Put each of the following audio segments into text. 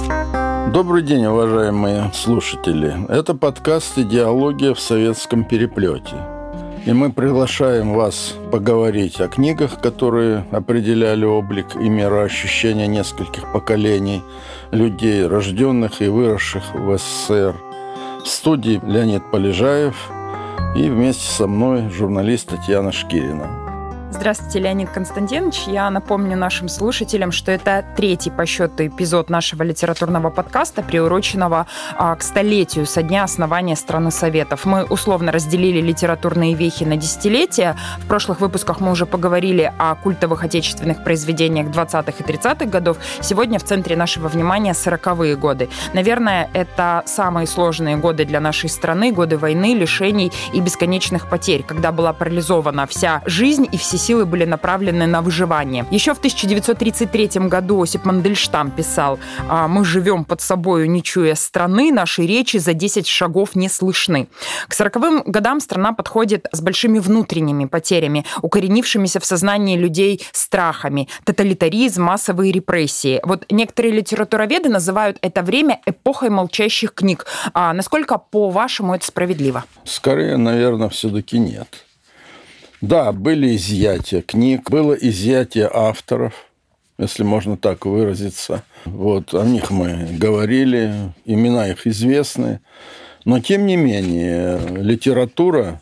Добрый день, уважаемые слушатели. Это подкаст «Идеология в советском переплете». И мы приглашаем вас поговорить о книгах, которые определяли облик и мироощущение нескольких поколений людей, рожденных и выросших в СССР. В студии Леонид Полежаев и вместе со мной журналист Татьяна Шкирина. Здравствуйте, Леонид Константинович. Я напомню нашим слушателям, что это третий по счету эпизод нашего литературного подкаста, приуроченного к столетию со дня основания страны Советов. Мы условно разделили литературные вехи на десятилетия. В прошлых выпусках мы уже поговорили о культовых отечественных произведениях 20-х и 30-х годов. Сегодня в центре нашего внимания 40-е годы. Наверное, это самые сложные годы для нашей страны, годы войны, лишений и бесконечных потерь, когда была парализована вся жизнь и все силы были направлены на выживание. Еще в 1933 году Осип Мандельштам писал: «Мы живем под собою, не чуя страны, наши речи за 10 шагов не слышны». К 40-м годам страна подходит с большими внутренними потерями, укоренившимися в сознании людей страхами, тоталитаризм, массовые репрессии. Вот некоторые литературоведы называют это время эпохой молчащих книг. Насколько, по-вашему, это справедливо? Скорее, наверное, все-таки нет. Да, были изъятия книг, было изъятие авторов, если можно так выразиться. Вот, о них мы говорили, имена их известны. Но, тем не менее, литература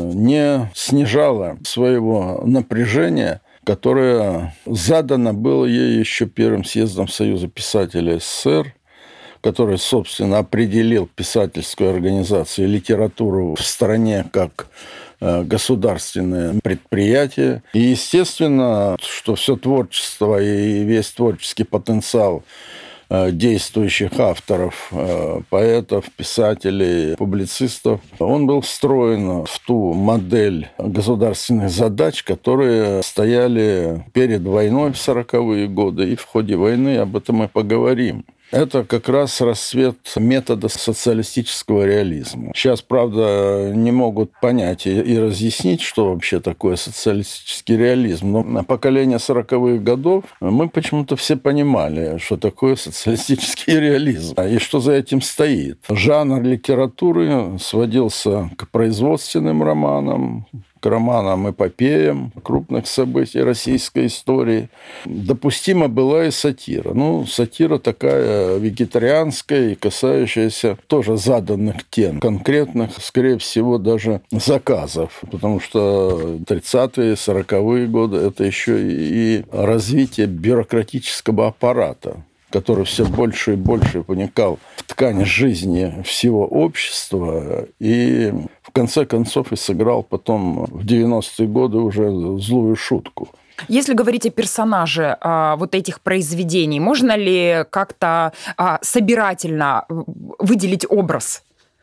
не снижала своего напряжения, которое задано было ей еще Первым съездом Союза писателей СССР, который, собственно, определил писательскую организацию и литературу в стране как государственное предприятие. И, естественно, что все творчество и весь творческий потенциал действующих авторов, поэтов, писателей, публицистов, он был встроен в ту модель государственных задач, которые стояли перед войной в 40-е годы, и в ходе войны об этом мы поговорим. Это как раз расцвет метода социалистического реализма. Сейчас, правда, не могут понять и разъяснить, что вообще такое социалистический реализм. Но на поколение 40-х годов мы почему-то все понимали, что такое социалистический реализм и что за этим стоит. Жанр литературы сводился к производственным романам, к романам-эпопеям крупных событий российской истории. Допустима была и сатира. Сатира такая вегетарианская и касающаяся тоже заданных тем, конкретных, скорее всего, даже заказов. Потому что 30-е, 40-е годы – это еще и развитие бюрократического аппарата, который все больше и больше проникал в ткань жизни всего общества и, в конце концов, и сыграл потом в 90-е годы уже злую шутку. Если говорить о персонаже вот этих произведений, можно ли как-то собирательно выделить образ?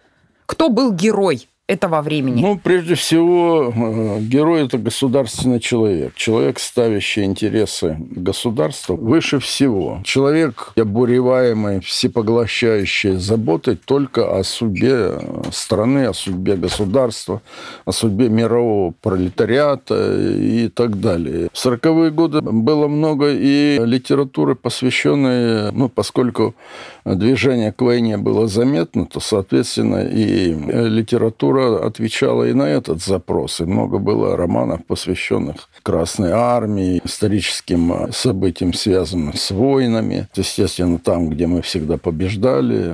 Кто был герой этого времени? Прежде всего, герой – это государственный человек. Человек, ставящий интересы государства выше всего. Человек, обуреваемый всепоглощающей заботой только о судьбе страны, о судьбе государства, о судьбе мирового пролетариата и так далее. В 40-е годы было много и литературы, посвященной, поскольку движение к войне было заметно, то, соответственно, и литература отвечала и на этот запрос. И много было романов, посвященных Красной Армии, историческим событиям, связанным с войнами. Естественно, там, где мы всегда побеждали.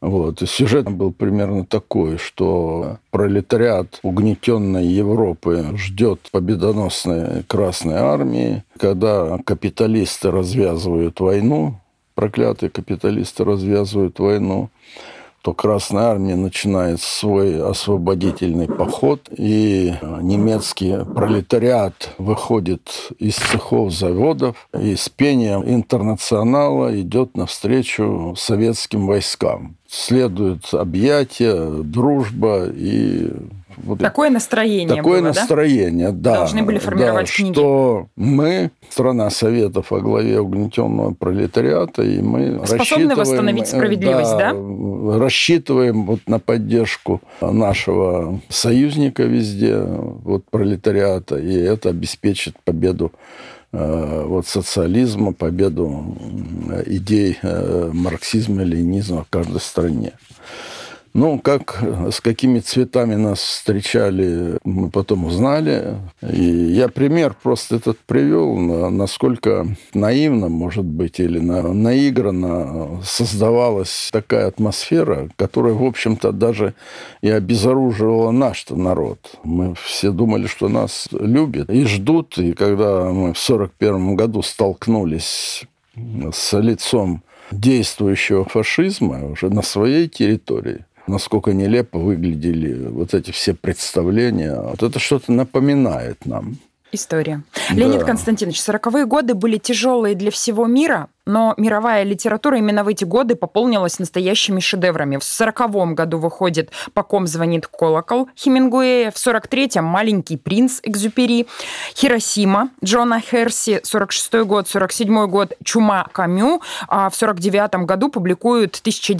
И сюжет был примерно такой, что пролетариат угнетенной Европы ждет победоносной Красной Армии, когда капиталисты развязывают войну, проклятые капиталисты развязывают войну, то Красная Армия начинает свой освободительный поход, и немецкий пролетариат выходит из цехов, заводов, и с пением «Интернационала» идет навстречу советским войскам. Следуют объятия, дружба и... Такое настроение Такое было, настроение, да? Должны были формировать книги. Что мы, страна Советов во главе угнетенного пролетариата, и мы способны восстановить справедливость, да? Рассчитываем на поддержку нашего союзника везде, пролетариата, и это обеспечит победу вот социализма, победу идей марксизма, ленинизма в каждой стране. Ну, с какими цветами нас встречали, мы потом узнали. И я пример просто этот привел, насколько наивно, может быть, или наигранно создавалась такая атмосфера, которая, в общем-то, даже и обезоруживала наш народ. Мы все думали, что нас любят и ждут. И когда мы в 1941 году столкнулись с лицом действующего фашизма уже на своей территории, насколько нелепо выглядели вот эти все представления. Вот это что-то напоминает нам. История. Да. Леонид Константинович, 40-е годы были тяжелые для всего мира, но мировая литература именно в эти годы пополнилась настоящими шедеврами. В 1940 году выходит «По ком звонит колокол» Хемингуэя, в 1943-м «Маленький принц» Экзюпери, «Хиросима» Джона Херси, 1946 год, 1947 год «Чума» Камю, а в 1949 году публикуют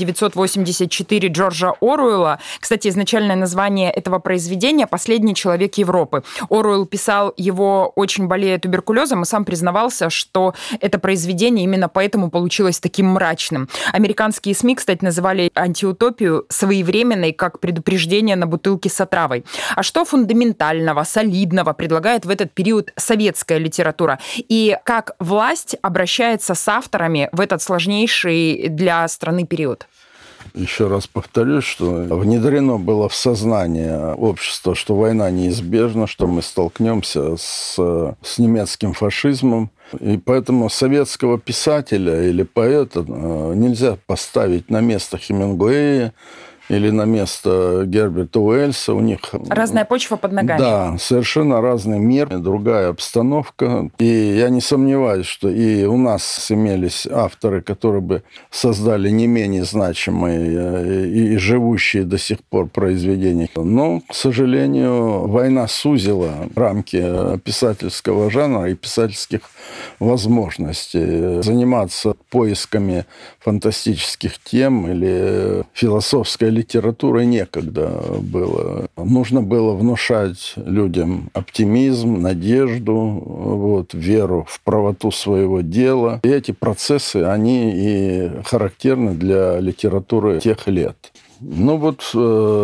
1984 Джорджа Оруэлла. Кстати, изначальное название этого произведения «Последний человек Европы». Оруэлл писал его, очень болея туберкулезом, и сам признавался, что это произведение именно поэтому получилось таким мрачным. Американские СМИ, кстати, называли антиутопию своевременной, как предупреждение на бутылке с отравой. А что фундаментального, солидного предлагает в этот период советская литература? И как власть обращается с авторами в этот сложнейший для страны период? Еще раз повторюсь, что внедрено было в сознание общества, что война неизбежна, что мы столкнемся с немецким фашизмом. И поэтому советского писателя или поэта нельзя поставить на место Хемингуэя или на место Герберта Уэллса. У них разная почва под ногами. Да, совершенно разный мир, другая обстановка. И я не сомневаюсь, что и у нас имелись авторы, которые бы создали не менее значимые и живущие до сих пор произведения. Но, к сожалению, война сузила рамки писательского жанра и писательских возможностей. Заниматься поисками фантастических тем или философской литературой некогда было. Нужно было внушать людям оптимизм, надежду, веру в правоту своего дела. И эти процессы, они и характерны для литературы тех лет. Ну вот в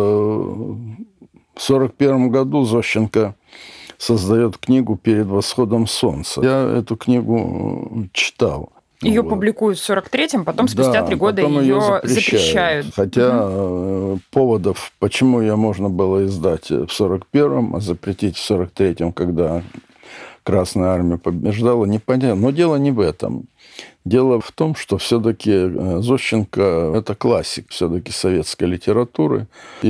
1941 году Зощенко создает книгу «Перед восходом солнца». Я эту книгу читал. Ее публикуют в 1943-м, потом спустя 3 года ее запрещают. Хотя поводов, почему ее можно было издать в 1941-м, а запретить в 1943-м, когда Красная Армия побеждала, непонятно. Но дело не в этом. Дело в том, что все-таки Зощенко – это классик все-таки советской литературы.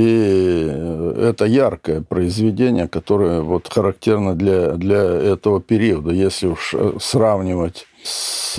И это яркое произведение, которое характерно для этого периода. Если уж сравнивать с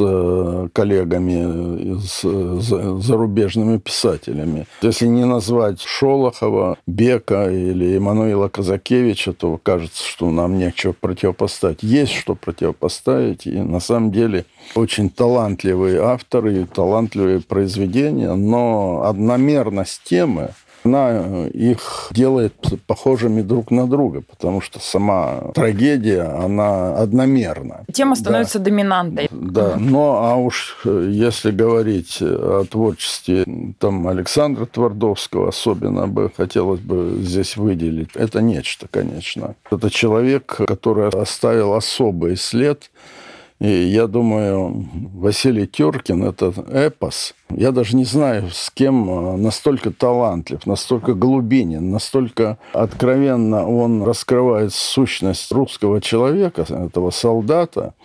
коллегами, с зарубежными писателями. Если не назвать Шолохова, Бека или Эммануила Казакевича, то кажется, что нам нечего противопоставить. Есть что противопоставить, и на самом деле очень талантливые авторы, талантливые произведения, но одномерность темы, она их делает похожими друг на друга, потому что сама трагедия, она одномерна. Тема становится доминантой. Да, а уж если говорить о творчестве Александра Твардовского, особенно хотелось бы здесь выделить, это нечто, конечно. Это человек, который оставил особый след. И я думаю, Василий Теркин – это эпос. Я даже не знаю, с кем настолько талантлив, настолько глубинен, настолько откровенно он раскрывает сущность русского человека, этого солдата.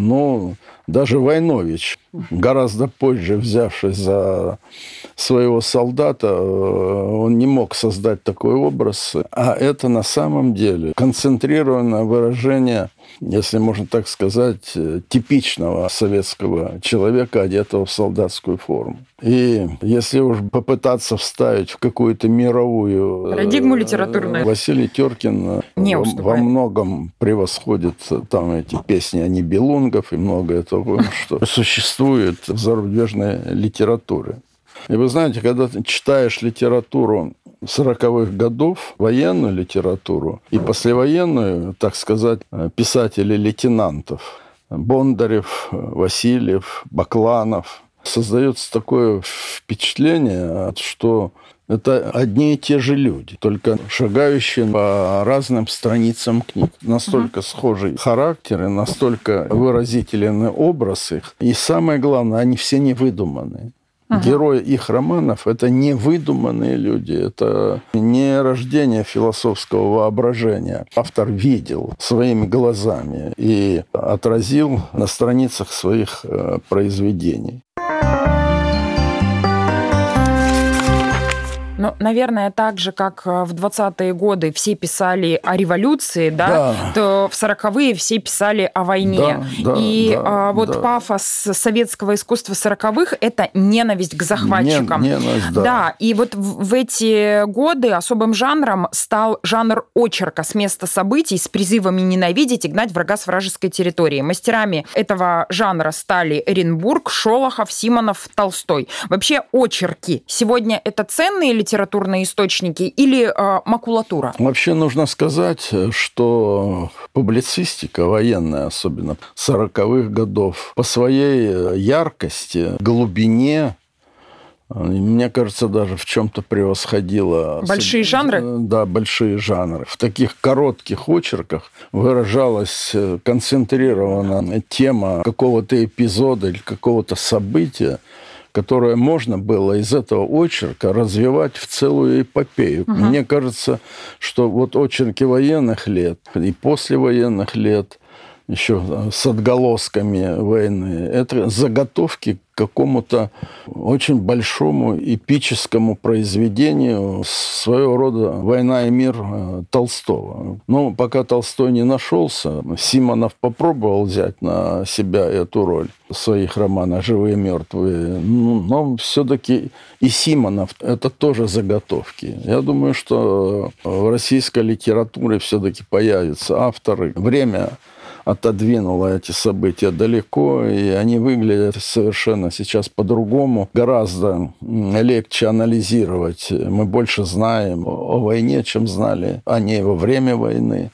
Даже Войнович, гораздо позже взявшись за своего солдата, он не мог создать такой образ. А это на самом деле концентрированное выражение, если можно так сказать, типичного советского человека, одетого в солдатскую форму. И если уж попытаться вставить в какую-то мировую парадигму литературную, Василий Теркин во многом превосходит эти песни о Нибелунгов и многое того, что существует в зарубежной литературе. И вы знаете, когда ты читаешь литературу 40-х годов, военную литературу и послевоенную, так сказать, писателей-лейтенантов, Бондарев, Васильев, Бакланов. Создается такое впечатление, что это одни и те же люди, только шагающие по разным страницам книг. Настолько схожий характер и настолько выразителен образ их. И самое главное, они все невыдуманные. Герои их романов – это невыдуманные люди, это не рождение философского воображения. Автор видел своими глазами и отразил на страницах своих произведений. Ну, наверное, так же, как в 20-е годы все писали о революции, да, то в 40-е все писали о войне. Пафос советского искусства 40-х – это ненависть к захватчикам. Ненависть, да, и вот в эти годы особым жанром стал жанр очерка с места событий с призывами ненавидеть и гнать врага с вражеской территории. Мастерами этого жанра стали Эренбург, Шолохов, Симонов, Толстой. Вообще очерки сегодня это ценные литературные источники или макулатура? Вообще нужно сказать, что публицистика военная, особенно 40-х годов, по своей яркости, глубине, мне кажется, даже в чем-то превосходила... Большие жанры? Да, большие жанры. В таких коротких очерках выражалась концентрированно тема какого-то эпизода или какого-то события, которое можно было из этого очерка развивать в целую эпопею. Мне кажется, что вот очерки военных лет и послевоенных лет, еще с отголосками войны, это заготовки к какому-то очень большому эпическому произведению, своего рода «Война и мир» Толстого. Но пока Толстой не нашелся, Симонов попробовал взять на себя эту роль в своих романах «Живые и мертвые». Но все-таки и Симонов – это тоже заготовки. Я думаю, что в российской литературе все-таки появятся авторы. Время отодвинула эти события далеко, и они выглядят совершенно сейчас по-другому. Гораздо легче анализировать. Мы больше знаем о войне, чем знали о ней во время войны.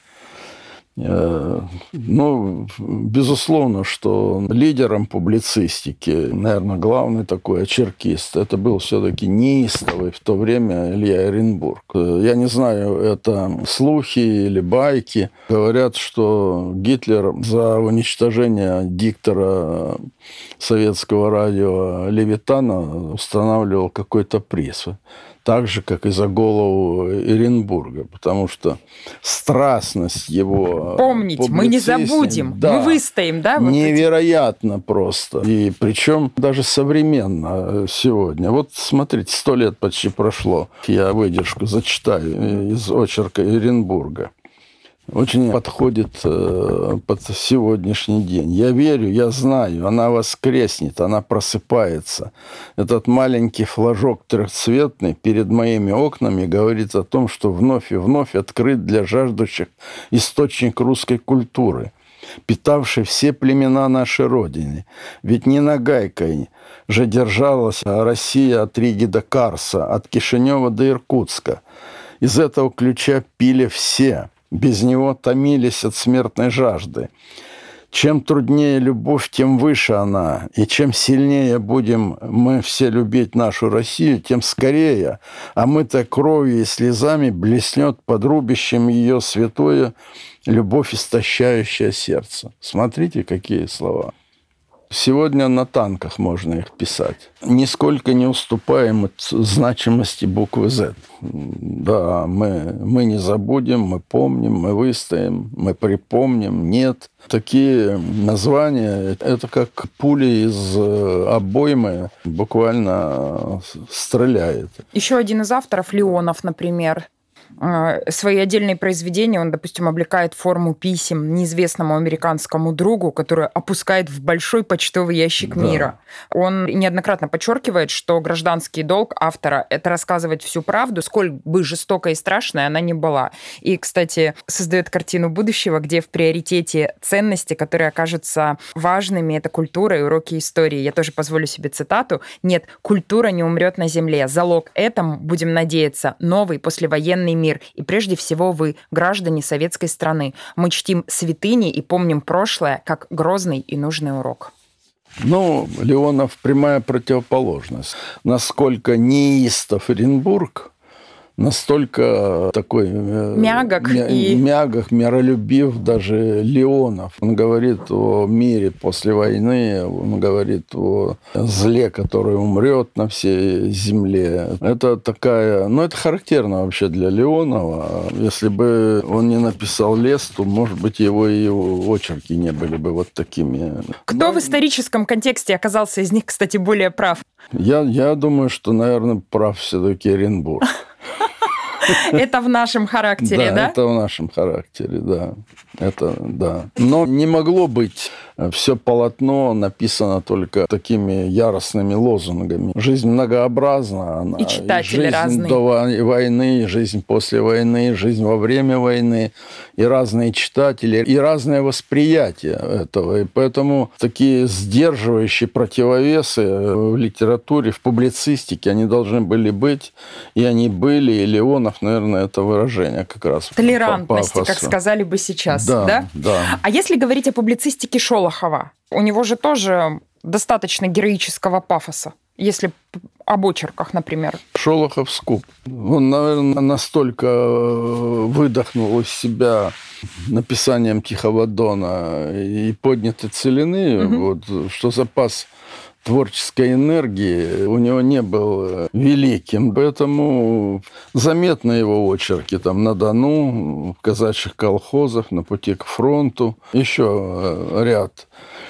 Ну, безусловно, что лидером публицистики, наверное, главный такой очеркист, это был все-таки неистовый в то время Илья Эренбург. Я не знаю, это слухи или байки. Говорят, что Гитлер за уничтожение диктора советского радио Левитана устанавливал какой-то приз. Так же, как и за голову Эренбурга, потому что страстность его... Помнить, мы не забудем, да, мы выстоим, да? Невероятно просто. И причем даже современно сегодня. Вот смотрите, 100 лет почти прошло. Я выдержку зачитаю из очерка Эренбурга. Очень подходит под сегодняшний день. Я верю, я знаю, она воскреснет, она просыпается. Этот маленький флажок трехцветный перед моими окнами говорит о том, что вновь и вновь открыт для жаждущих источник русской культуры, питавший все племена нашей Родины. Ведь не нагайкой же держалась Россия от Риги до Карса, от Кишинева до Иркутска. Из этого ключа пили все. Без него томились от смертной жажды. Чем труднее любовь, тем выше она. И чем сильнее будем мы все любить нашу Россию, тем скорее, омытая кровью и слезами, блеснет под рубищем ее святое любовь, истощающая сердце. Смотрите, какие слова. Сегодня на танках можно их писать. Нисколько не уступаем от значимости буквы «З». Да, мы не забудем, мы помним, мы выстоим, мы припомним. Нет. Такие названия – это как пули из обоймы буквально стреляет. Еще один из авторов, Леонов, например, свои отдельные произведения он, допустим, облекает в форму писем неизвестному американскому другу, который опускает в большой почтовый ящик мира. Он неоднократно подчеркивает, что гражданский долг автора – это рассказывать всю правду, сколь бы жестокой и страшной она ни была. И, кстати, создает картину будущего, где в приоритете ценности, которые окажутся важными, это культура и уроки истории. Я тоже позволю себе цитату. «Нет, культура не умрет на земле. Залог этому, будем надеяться, новый послевоенный мир. И прежде всего вы, граждане советской страны. Мы чтим святыни и помним прошлое как грозный и нужный урок. Леонов прямая противоположность. Насколько неистов Оренбург, настолько такой мягок, миролюбив даже Леонов. Он говорит о мире после войны, он говорит о зле, которое умрет на всей земле. Это такая... это характерно вообще для Леонова. Если бы он не написал «Лес», то, может быть, его очерки не были бы вот такими. Кто в историческом контексте оказался из них, кстати, более прав? Я думаю, что, наверное, прав все-таки Оренбург. Это в нашем характере, да? Да, это в нашем характере, да. Это, да. Но не могло быть все полотно написано только такими яростными лозунгами. Жизнь многообразна. И читатели жизнь разные. До войны, жизнь после войны, жизнь во время войны. И разные читатели, и разное восприятие этого. И поэтому такие сдерживающие противовесы в литературе, в публицистике, они должны были быть. И они были. И Леонов, наверное, это выражение как раз. Толерантности, как сказали бы сейчас. Да? А если говорить о публицистике Шолохова, у него же тоже достаточно героического пафоса, если об очерках, например. Шолохов скуп. Он, наверное, настолько выдохнул из себя написанием «Тихого дона» и «Поднятой целины», что запас творческой энергии у него не был великим. Поэтому заметны его очерки там на Дону, в казачьих колхозах, на пути к фронту. Еще ряд.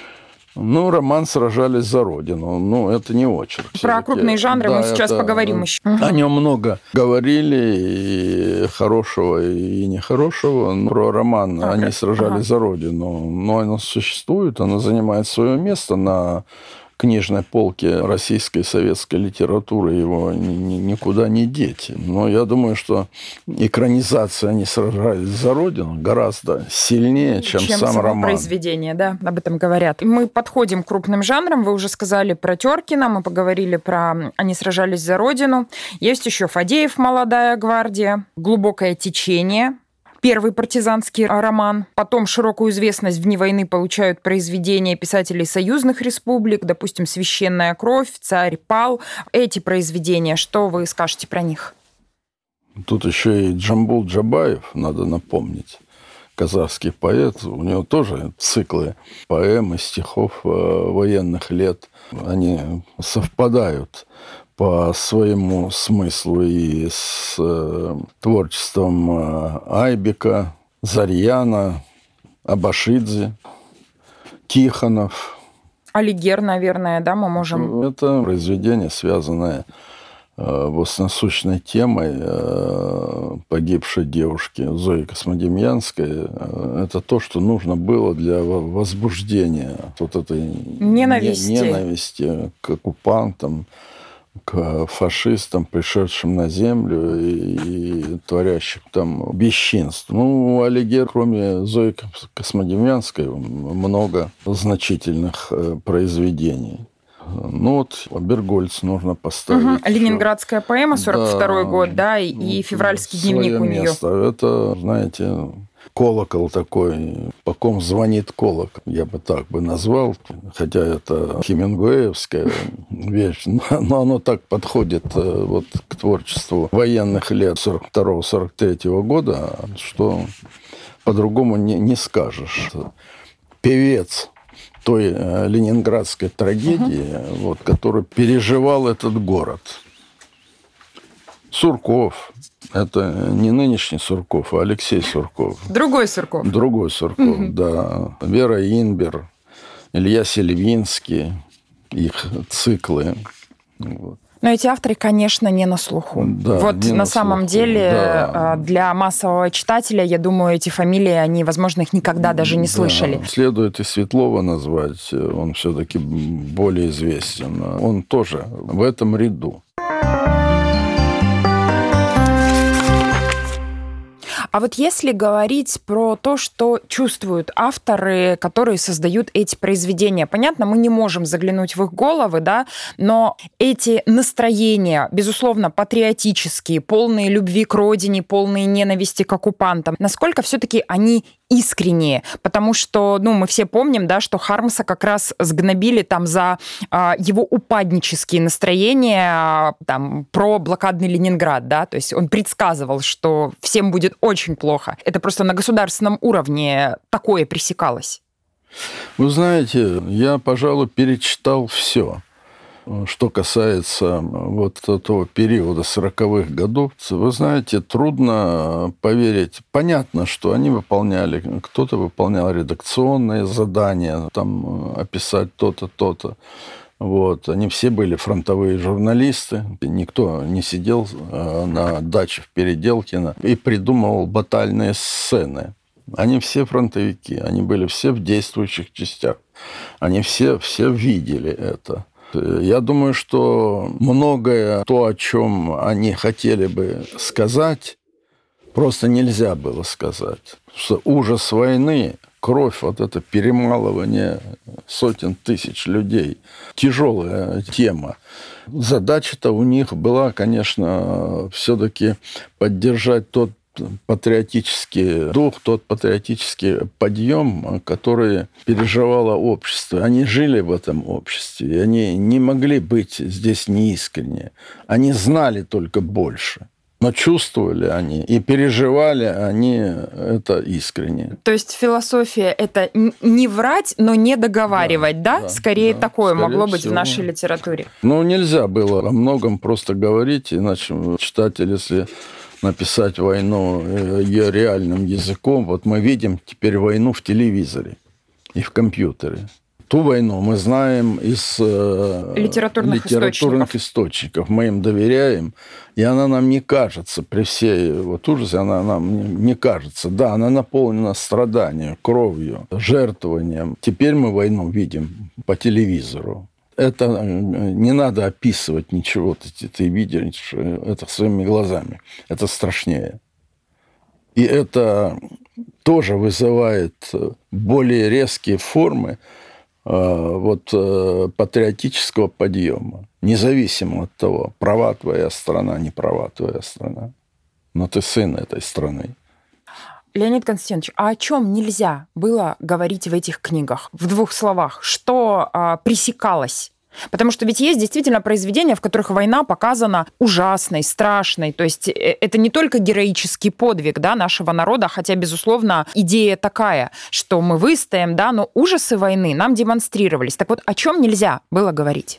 Роман «Сражались за Родину». Это не очерк. Про крупные жанры мы сейчас поговорим еще. О нем много говорили, и хорошего, и нехорошего. Про роман «Они сражались за Родину». Но оно существует, оно занимает свое место на книжной полке российской и советской литературы, его никуда не деть. Но я думаю, что экранизация «Они сражались за Родину» гораздо сильнее, чем сам роман. Произведение, да, об этом говорят. Мы подходим к крупным жанрам. Вы уже сказали про Тёркина, мы поговорили про «Они сражались за Родину». Есть еще Фадеев «Молодая гвардия», «Глубокое течение», первый партизанский роман. Потом широкую известность вне войны получают произведения писателей союзных республик, допустим, «Священная кровь», «Царь пал». Эти произведения, что вы скажете про них? Тут еще и Джамбул Джабаев, надо напомнить. Казахский поэт, у него тоже циклы поэм и стихов военных лет. Они совпадают по своему смыслу и с творчеством Айбека, Зарьяна, Абашидзе, Тихонов. Алигер, наверное, да, мы можем... Это произведение, связанное с насущной темой погибшей девушки Зои Космодемьянской. Это то, что нужно было для возбуждения вот этой ненависти к оккупантам, к фашистам, пришедшим на землю и творящим там бесчинство. Алигер, кроме Зои Космодемьянской, много значительных произведений. Бергольц нужно поставить. Ленинградская поэма, 42-й год, да, и февральский дневник у нее. Это, знаете, колокол такой, по ком звонит колокол, я бы так назвал, хотя это хемингуэевская вещь, но оно так подходит к творчеству военных лет 42-43 года, что по-другому не скажешь. Певец той ленинградской трагедии, который переживал этот город. Сурков. Это не нынешний Сурков, а Алексей Сурков. Другой Сурков. Другой Сурков, да. Вера Инбер, Илья Сельвинский, их циклы. Но эти авторы, конечно, не на слуху. Да, на самом деле, для массового читателя, я думаю, эти фамилии, они, возможно, их никогда даже не слышали. Следует и Светлова назвать, он все-таки более известен. Он тоже в этом ряду. А вот если говорить про то, что чувствуют авторы, которые создают эти произведения, понятно, мы не можем заглянуть в их головы, да, но эти настроения, безусловно, патриотические, полные любви к родине, полные ненависти к оккупантам, насколько все-таки они искренние? Потому что, мы все помним, да, что Хармса как раз сгнобили там за его упаднические настроения там про блокадный Ленинград, да, то есть он предсказывал, что всем будет очень плохо. Это просто на государственном уровне такое пресекалось. Вы знаете, я, пожалуй, перечитал все. Что касается вот этого периода 40-х годов, вы знаете, трудно поверить. Понятно, что они выполняли, кто-то выполнял редакционные задания, там описать то-то, то-то. Вот. Они все были фронтовые журналисты. Никто не сидел на даче в Переделкино и придумывал батальные сцены. Они все фронтовики, они были все в действующих частях. Они все видели это. Я думаю, что многое, то, о чем они хотели бы сказать, просто нельзя было сказать. Что ужас войны, кровь, вот это перемалывание сотен тысяч людей, тяжелая тема. Задача-то у них была, конечно, все-таки поддержать тот патриотический дух, тот патриотический подъем, который переживало общество. Они жили в этом обществе, и они не могли быть здесь неискренне. Они знали только больше. Но чувствовали они и переживали они это искренне. То есть философия – это не врать, но не договаривать, да? Скорее такое могло быть в нашей литературе. Нельзя было о многом просто говорить, иначе читатель, если написать войну ее реальным языком. Вот мы видим теперь войну в телевизоре и в компьютере. Ту войну мы знаем из литературных источников. Мы им доверяем, и она нам не кажется, при всей ужасе, она нам не кажется. Да, она наполнена страданием, кровью, жертвованием. Теперь мы войну видим по телевизору. Это не надо описывать ничего, ты видишь это своими глазами. Это страшнее. И это тоже вызывает более резкие формы патриотического подъема. Независимо от того, права твоя страна, не права твоя страна. Но ты сын этой страны. Леонид Константинович, а о чем нельзя было говорить в этих книгах? В двух словах. Что пресекалось? Потому что ведь есть действительно произведения, в которых война показана ужасной, страшной. То есть это не только героический подвиг, да, нашего народа, хотя, безусловно, идея такая, что мы выстоим, да, но ужасы войны нам демонстрировались. Так вот, о чем нельзя было говорить?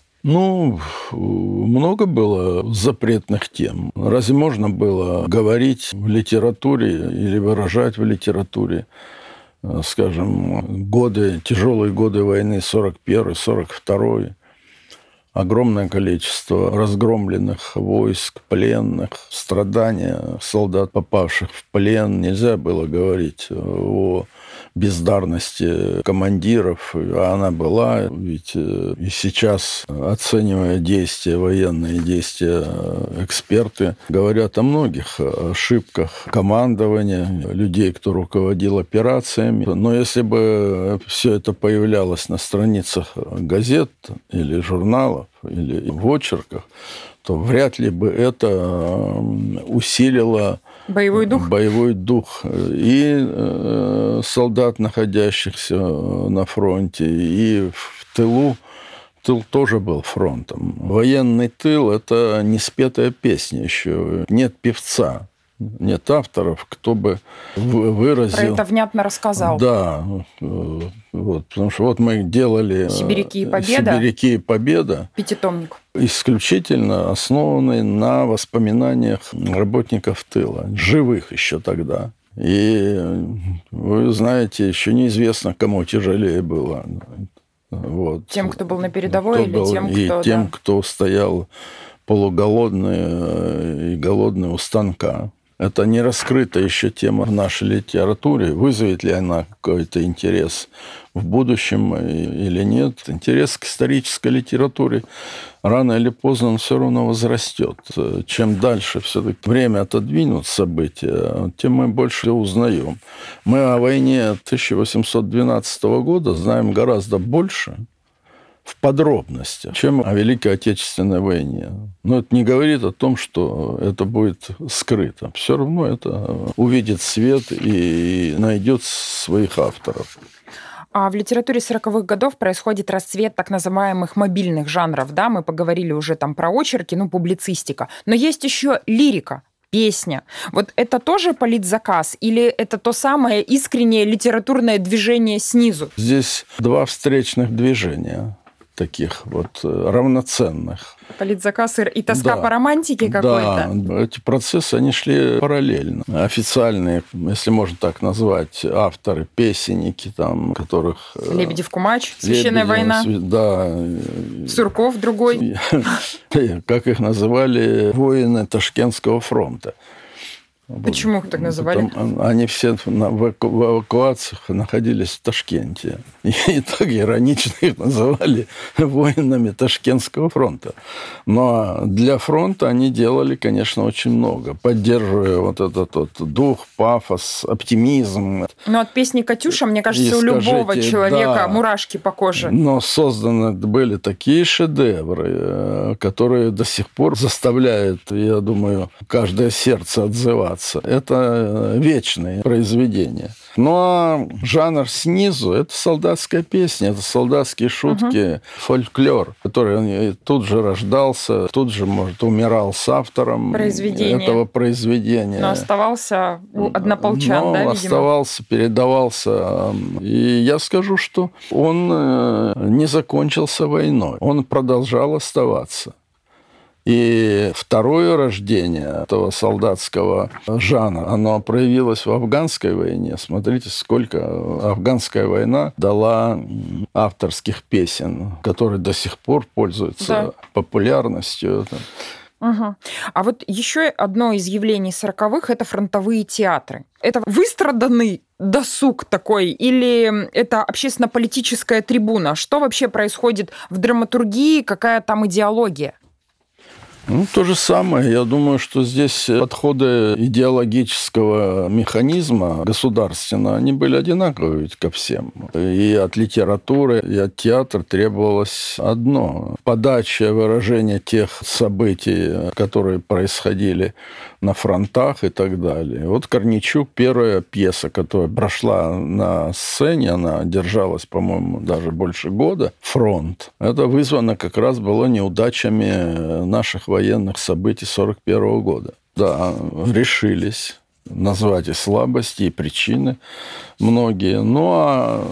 Много было запретных тем. Разве можно было говорить в литературе или выражать в литературе, скажем, тяжелые годы войны 41-й, 42-й, огромное количество разгромленных войск, пленных, страдания солдат, попавших в плен. Нельзя было говорить о бездарности командиров, а она была. Ведь и сейчас, оценивая военные действия, эксперты говорят о многих ошибках командования, людей, кто руководил операциями. Но если бы все это появлялось на страницах газет или журналов, или в очерках, то вряд ли бы это усилило боевой дух и солдат, находящихся на фронте, и в тылу. Тыл тоже был фронтом. Военный тыл – это не спетая песня еще. Нет певца, нет авторов, кто бы выразил... Про это внятно рассказал. Да. Потому что мы делали «Сибиряки и Победа», пятитомник, исключительно основанный на воспоминаниях работников тыла, живых еще тогда. И вы знаете, еще неизвестно, кому тяжелее было. Тем, кто был на передовой, тем, кто стоял полуголодный и голодный у станка. Это не раскрытая еще тема в нашей литературе. Вызовет ли она какой-то интерес в будущем или нет? Интерес к исторической литературе рано или поздно он все равно возрастет. Чем дальше все-таки время отодвинут события, тем мы больше узнаем. Мы о войне 1812 года знаем гораздо больше в подробностях, чем о Великой Отечественной войне. Но это не говорит о том, что это будет скрыто. Все равно это увидит свет и найдет своих авторов. А в литературе 40-х годов происходит расцвет так называемых мобильных жанров. Да? Мы поговорили уже там про очерки, публицистика. Но есть еще лирика, песня. Вот это тоже политзаказ или это то самое искреннее литературное движение снизу? Здесь два встречных движения, таких вот равноценных. Политзаказ и тоска по романтике какой-то? Да, эти процессы, они шли параллельно. Официальные, если можно так назвать, авторы, песенники, там, которых... Лебедев-Кумач, «Священная война». Да. Сурков другой. Как их называли, воины Ташкентского фронта. Почему их так называли? Они все в эвакуациях находились в Ташкенте. И так иронично их называли воинами Ташкентского фронта. Но для фронта они делали, конечно, очень много, поддерживая вот этот вот дух, пафос, оптимизм. Но от песни «Катюша», мне кажется, у любого человека мурашки по коже. Но созданы были такие шедевры, которые до сих пор заставляют, я думаю, каждое сердце отзываться. Это вечные произведения. Но жанр снизу – это солдатская песня, это солдатские шутки, фольклор, который тут же рождался, тут же, может, умирал с автором этого произведения. Но оставался у однополчан, да, видимо? Оставался, передавался. И я скажу, что он не закончился войной, он продолжал оставаться. И второе рождение этого солдатского жанра, оно проявилось в афганской войне. Смотрите, сколько афганская война дала авторских песен, которые до сих пор пользуются популярностью. Угу. А вот еще одно из явлений 40-х – это фронтовые театры. Это выстраданный досуг такой или это общественно-политическая трибуна? Что вообще происходит в драматургии, какая там идеология? То же самое. Я думаю, что здесь подходы идеологического механизма государственного, они были одинаковы ведь ко всем. И от литературы, и от театра требовалось одно – подача, выражение тех событий, которые происходили на фронтах и так далее. Вот «Корничук», первая пьеса, которая прошла на сцене, она держалась, по-моему, даже больше года, «Фронт». Это вызвано как раз было неудачами наших военных событий 1941 года. Да, решились назвать и слабости, и причины многие. Ну, а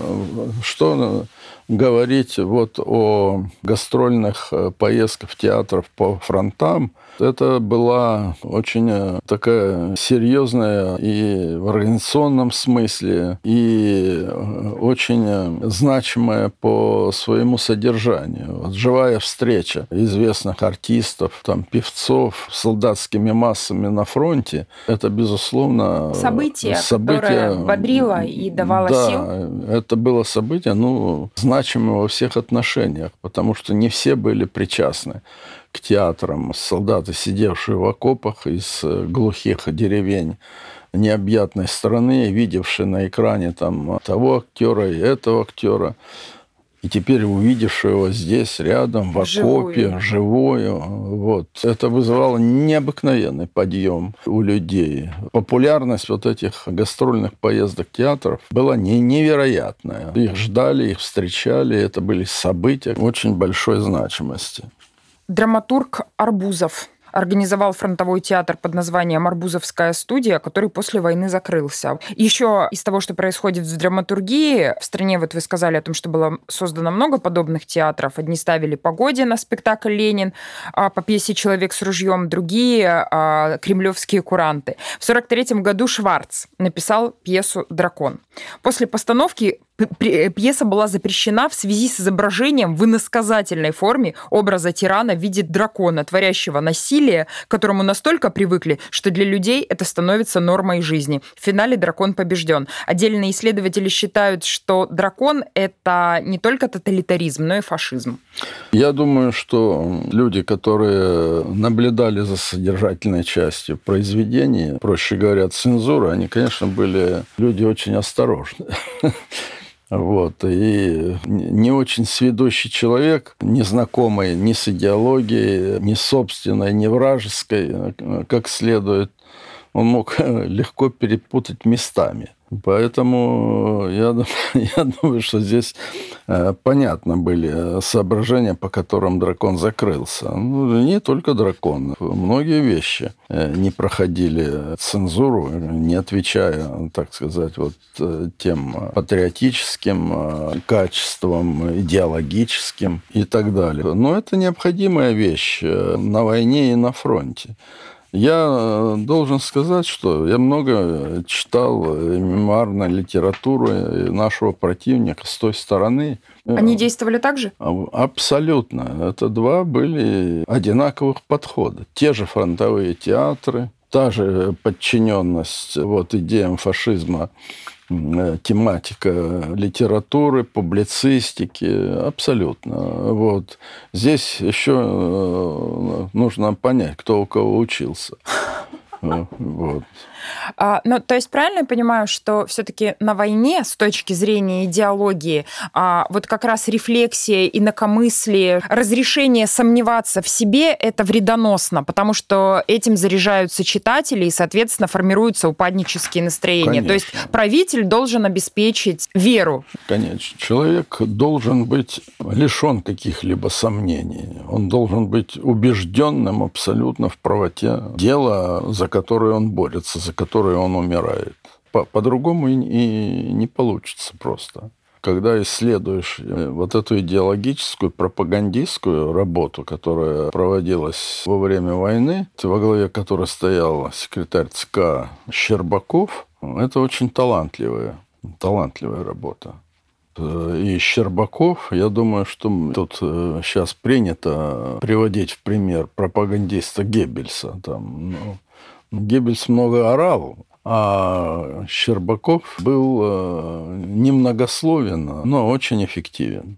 что говорить вот о гастрольных поездках в театрах по фронтам, это была очень такая серьезная и в организационном смысле, и очень значимая по своему содержанию. Вот живая встреча известных артистов, там, певцов с солдатскими массами на фронте, это, безусловно, событие, которое бодрило и давало сил. Да, это было событие, значимое во всех отношениях, потому что не все были причастны к театрам. Солдаты, сидевшие в окопах из глухих деревень необъятной страны, видевшие на экране там того актера и этого актера, и теперь увидевшие его здесь, рядом, в окопе, живую. Вот. Это вызывало необыкновенный подъем у людей. Популярность вот этих гастрольных поездок театров была невероятная. Их ждали, их встречали. Это были события очень большой значимости. Драматург Арбузов организовал фронтовой театр под названием «Арбузовская студия», который после войны закрылся. Еще из того, что происходит в драматургии, в стране, вот вы сказали о том, что было создано много подобных театров. Одни ставили Погодина спектакль «Ленин» по пьесе «Человек с ружьем», другие «Кремлевские куранты». В 1943 году Шварц написал пьесу «Дракон». После постановки пьеса была запрещена в связи с изображением в иносказательной форме образа тирана в виде дракона, творящего насилие, к которому настолько привыкли, что для людей это становится нормой жизни. В финале дракон побежден. Отдельные исследователи считают, что дракон – это не только тоталитаризм, но и фашизм. Я думаю, что люди, которые наблюдали за содержательной частью произведения, проще говоря, цензуры, они, конечно, были люди очень осторожны. Вот. И не очень сведущий человек, не знакомый ни с идеологией, ни собственной, ни вражеской, как следует, он мог легко перепутать местами. Поэтому я думаю, что здесь понятно были соображения, по которым дракон закрылся. Ну, не только дракон. Многие вещи не проходили цензуру, не отвечая, так сказать, вот тем патриотическим качествам, идеологическим и так далее. Но это необходимая вещь на войне и на фронте. Я должен сказать, что я много читал мемуарной литературы нашего противника с той стороны. Они действовали так же? Абсолютно. Это два были одинаковых подхода. Те же фронтовые театры, та же подчиненность идеям фашизма, тематика литературы, публицистики, абсолютно. Здесь еще нужно понять, кто у кого учился. То есть правильно я понимаю, что все-таки на войне с точки зрения идеологии как раз рефлексия, инакомыслие, разрешение сомневаться в себе – это вредоносно, потому что этим заряжаются читатели и, соответственно, формируются упаднические настроения. Конечно. То есть правитель должен обеспечить веру. Конечно. Человек должен быть лишен каких-либо сомнений. Он должен быть убежденным абсолютно в правоте дела, за которое он борется, за которое он умирает. По-другому и не получится просто. Когда исследуешь эту идеологическую, пропагандистскую работу, которая проводилась во время войны, во главе которой стоял секретарь ЦК Щербаков, это очень талантливая работа. И Щербаков, я думаю, что тут сейчас принято приводить в пример пропагандиста Геббельса. Геббельс много орал, а Щербаков был немногословен, но очень эффективен.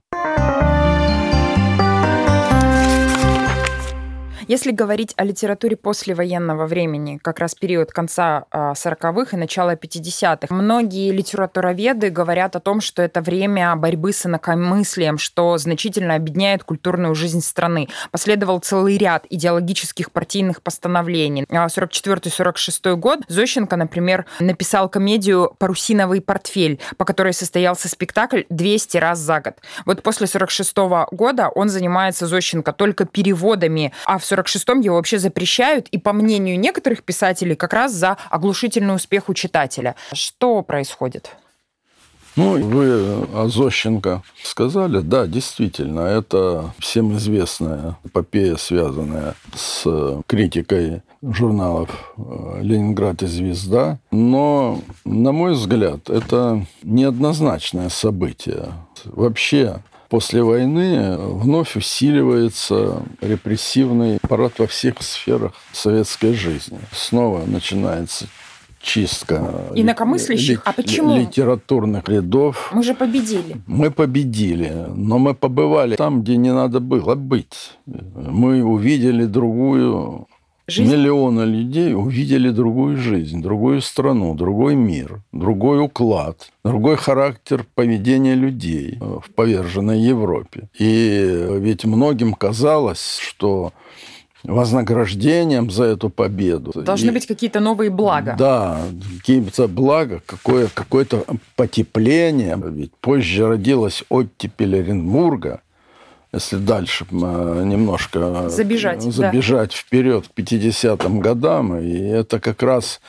Если говорить о литературе послевоенного времени, как раз период конца 40-х и начала 50-х, многие литературоведы говорят о том, что это время борьбы с инакомыслием, что значительно обедняет культурную жизнь страны. Последовал целый ряд идеологических партийных постановлений. 44-46 год Зощенко, например, написал комедию «Парусиновый портфель», по которой состоялся спектакль 200 раз за год. После 46 года он занимается, Зощенко, только переводами, а в 46-м его вообще запрещают, и, по мнению некоторых писателей, как раз за оглушительный успех у читателя. Что происходит? Вы о Зощенко сказали. Да, действительно, это всем известная эпопея, связанная с критикой журналов «Ленинград» и «Звезда». Но, на мой взгляд, это неоднозначное событие. Вообще, после войны вновь усиливается репрессивный аппарат во всех сферах советской жизни. Снова начинается чистка инакомыслящих. А почему? Литературных рядов. Мы же победили. Мы победили, но мы побывали там, где не надо было быть. Мы увидели другую... Жизнь? Миллионы людей увидели другую жизнь, другую страну, другой мир, другой уклад, другой характер поведения людей в поверженной Европе. И ведь многим казалось, что вознаграждением за эту победу должны быть какие-то новые блага. Да, какие-то блага, какое-то потепление. Ведь позже родилась оттепель Оренбурга. Если дальше забежать вперед к 50-м годам, и это как раз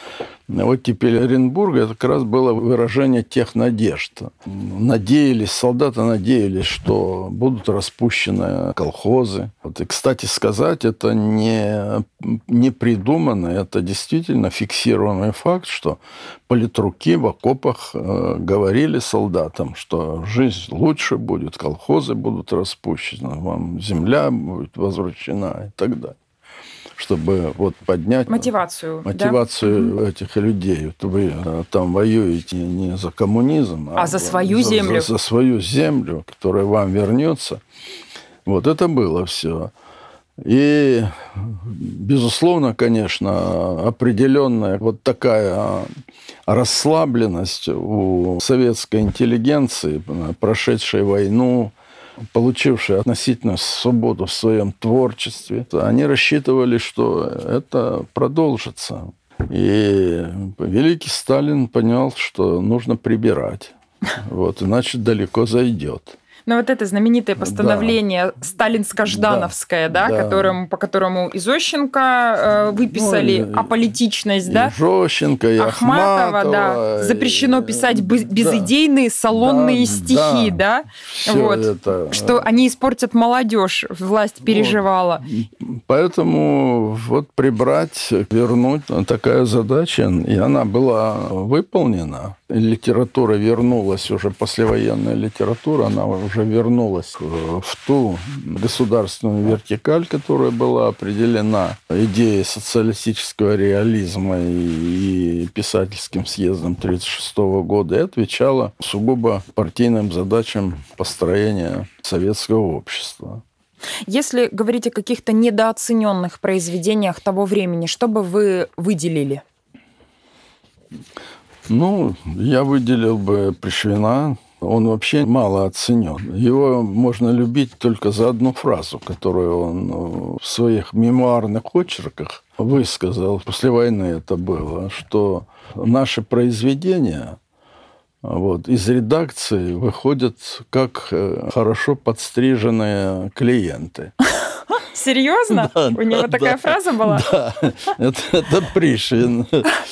Оттепель Оренбурга – это как раз было выражение тех надежд. Солдаты надеялись, что будут распущены колхозы. И, кстати сказать, это не придумано, это действительно фиксируемый факт, что политруки в окопах говорили солдатам, что жизнь лучше будет, колхозы будут распущены, вам земля будет возвращена и так далее. Чтобы поднять мотивацию этих людей. Вот вы там воюете не за коммунизм, а за свою землю. За свою землю, которая вам вернется. Это было все. И, безусловно, конечно, определенная такая расслабленность у советской интеллигенции, прошедшей войну, получившие относительную свободу в своем творчестве, они рассчитывали, что это продолжится. И великий Сталин понял, что нужно прибирать, иначе далеко зайдет. Но это знаменитое постановление сталинско-ждановское, по которому и Зощенко выписали аполитичность, и Зощенко, и Ахматова. Запрещено писать безидейные салонные стихи, что они испортят молодежь, власть переживала. Поэтому прибрать, вернуть, такая задача, и она была выполнена. Литература вернулась, уже послевоенная литература, она уже вернулась в ту государственную вертикаль, которая была определена идеей социалистического реализма и писательским съездом 1936 года, и отвечала сугубо партийным задачам построения советского общества. Если говорить о каких-то недооцененных произведениях того времени, что бы вы выделили? Я выделил бы Пришвина. Он вообще мало оценен. Его можно любить только за одну фразу, которую он в своих мемуарных очерках высказал. После войны это было, что наши произведения из редакции выходят как хорошо подстриженные клиенты. Серьезно? У него такая фраза была? Да, это Пришвин.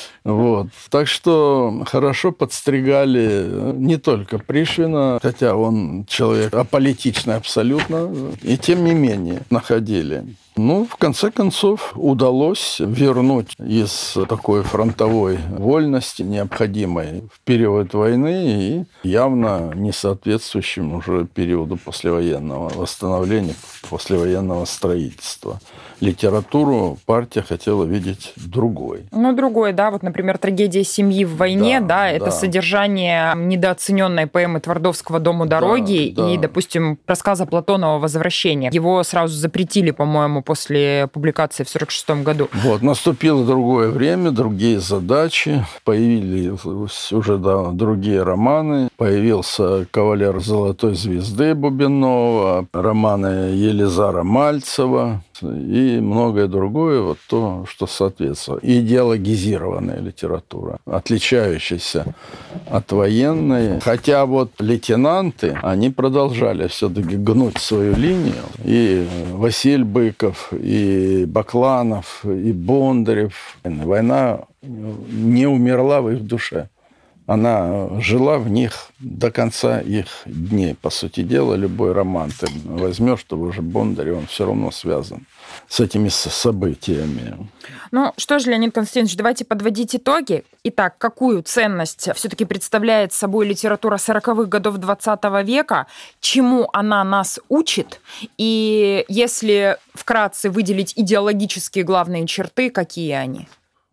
Так что хорошо подстригали не только Пришвина, хотя он человек аполитичный абсолютно, и тем не менее находили. В конце концов, удалось вернуть из такой фронтовой вольности, необходимой в период войны, и явно не соответствующим уже периоду послевоенного восстановления, послевоенного строительства. Литературу партия хотела видеть другой. Другой, например, «Трагедия семьи в войне», это содержание недооцененной поэмы Твардовского «Дому дороги» и, допустим, рассказа Платонова «Возвращение». Его сразу запретили, по-моему, после публикации в 1946 году. Наступило другое время, другие задачи, появились уже другие романы, появился «Кавалер золотой звезды» Бубенова, романы Елизара Мальцева и многое другое, то, что соответствовало. Идеологизированная литература, отличающаяся от военной. Хотя лейтенанты, они продолжали все-таки гнуть свою линию. И Василий Быков, и Бакланов, и Бондарев. Война не умерла в их душе. Она жила в них до конца их дней. По сути дела, любой роман ты возьмешь, того же Бондаря, он все равно связан с этими событиями. Что ж, Леонид Константинович, давайте подводить итоги. Итак, какую ценность все-таки представляет собой литература 40-х годов 20 века, чему она нас учит, и если вкратце выделить идеологические главные черты, какие они?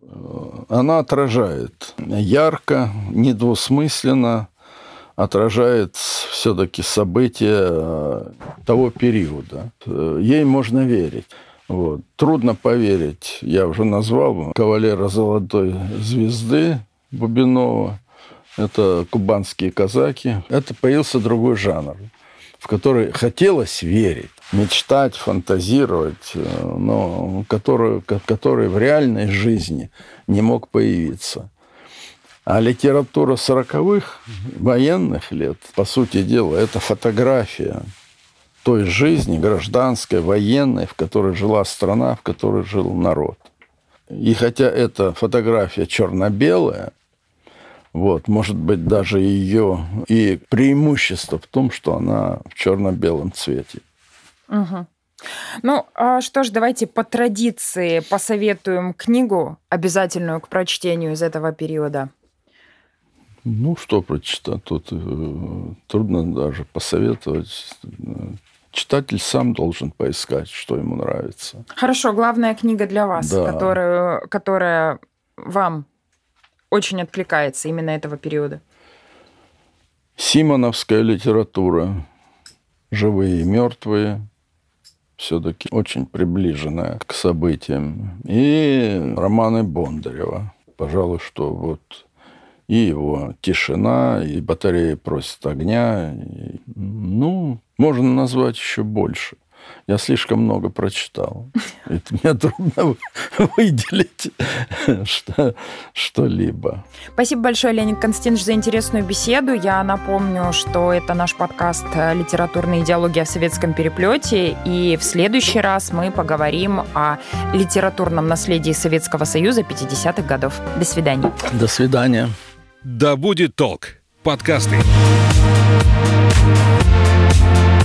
Она отражает ярко, недвусмысленно, отражает все-таки события того периода. Ей можно верить. Трудно поверить, я уже назвал «Кавалера золотой звезды» Бубенова. Это кубанские казаки. Это появился другой жанр, в который хотелось верить, мечтать, фантазировать, но который в реальной жизни не мог появиться. А литература 40-х, военных лет, по сути дела, это фотография той жизни, гражданской, военной, в которой жила страна, в которой жил народ. И хотя эта фотография черно-белая, вот, может быть, даже ее и преимущество в том, что она в черно-белом цвете. Угу. Ну, что ж, давайте по традиции посоветуем книгу, обязательную к прочтению из этого периода. Ну, что прочитать? Тут трудно даже посоветовать. Читатель сам должен поискать, что ему нравится. Хорошо, главная книга для вас, Да. которая вам очень откликается именно этого периода. Симоновская литература, живые и мертвые, все-таки очень приближенная к событиям. И романы Бондарева. Пожалуй, что вот и его «Тишина», и «Батарея просит огня». И, можно назвать еще больше. Я слишком много прочитал. Это мне трудно выделить что-либо. Спасибо большое, Леонид Константинович, за интересную беседу. Я напомню, что это наш подкаст «Литературные идеологии о советском переплете». И в следующий раз мы поговорим о литературном наследии Советского Союза 50-х годов. До свидания. До свидания. Да будет толк. Подкасты.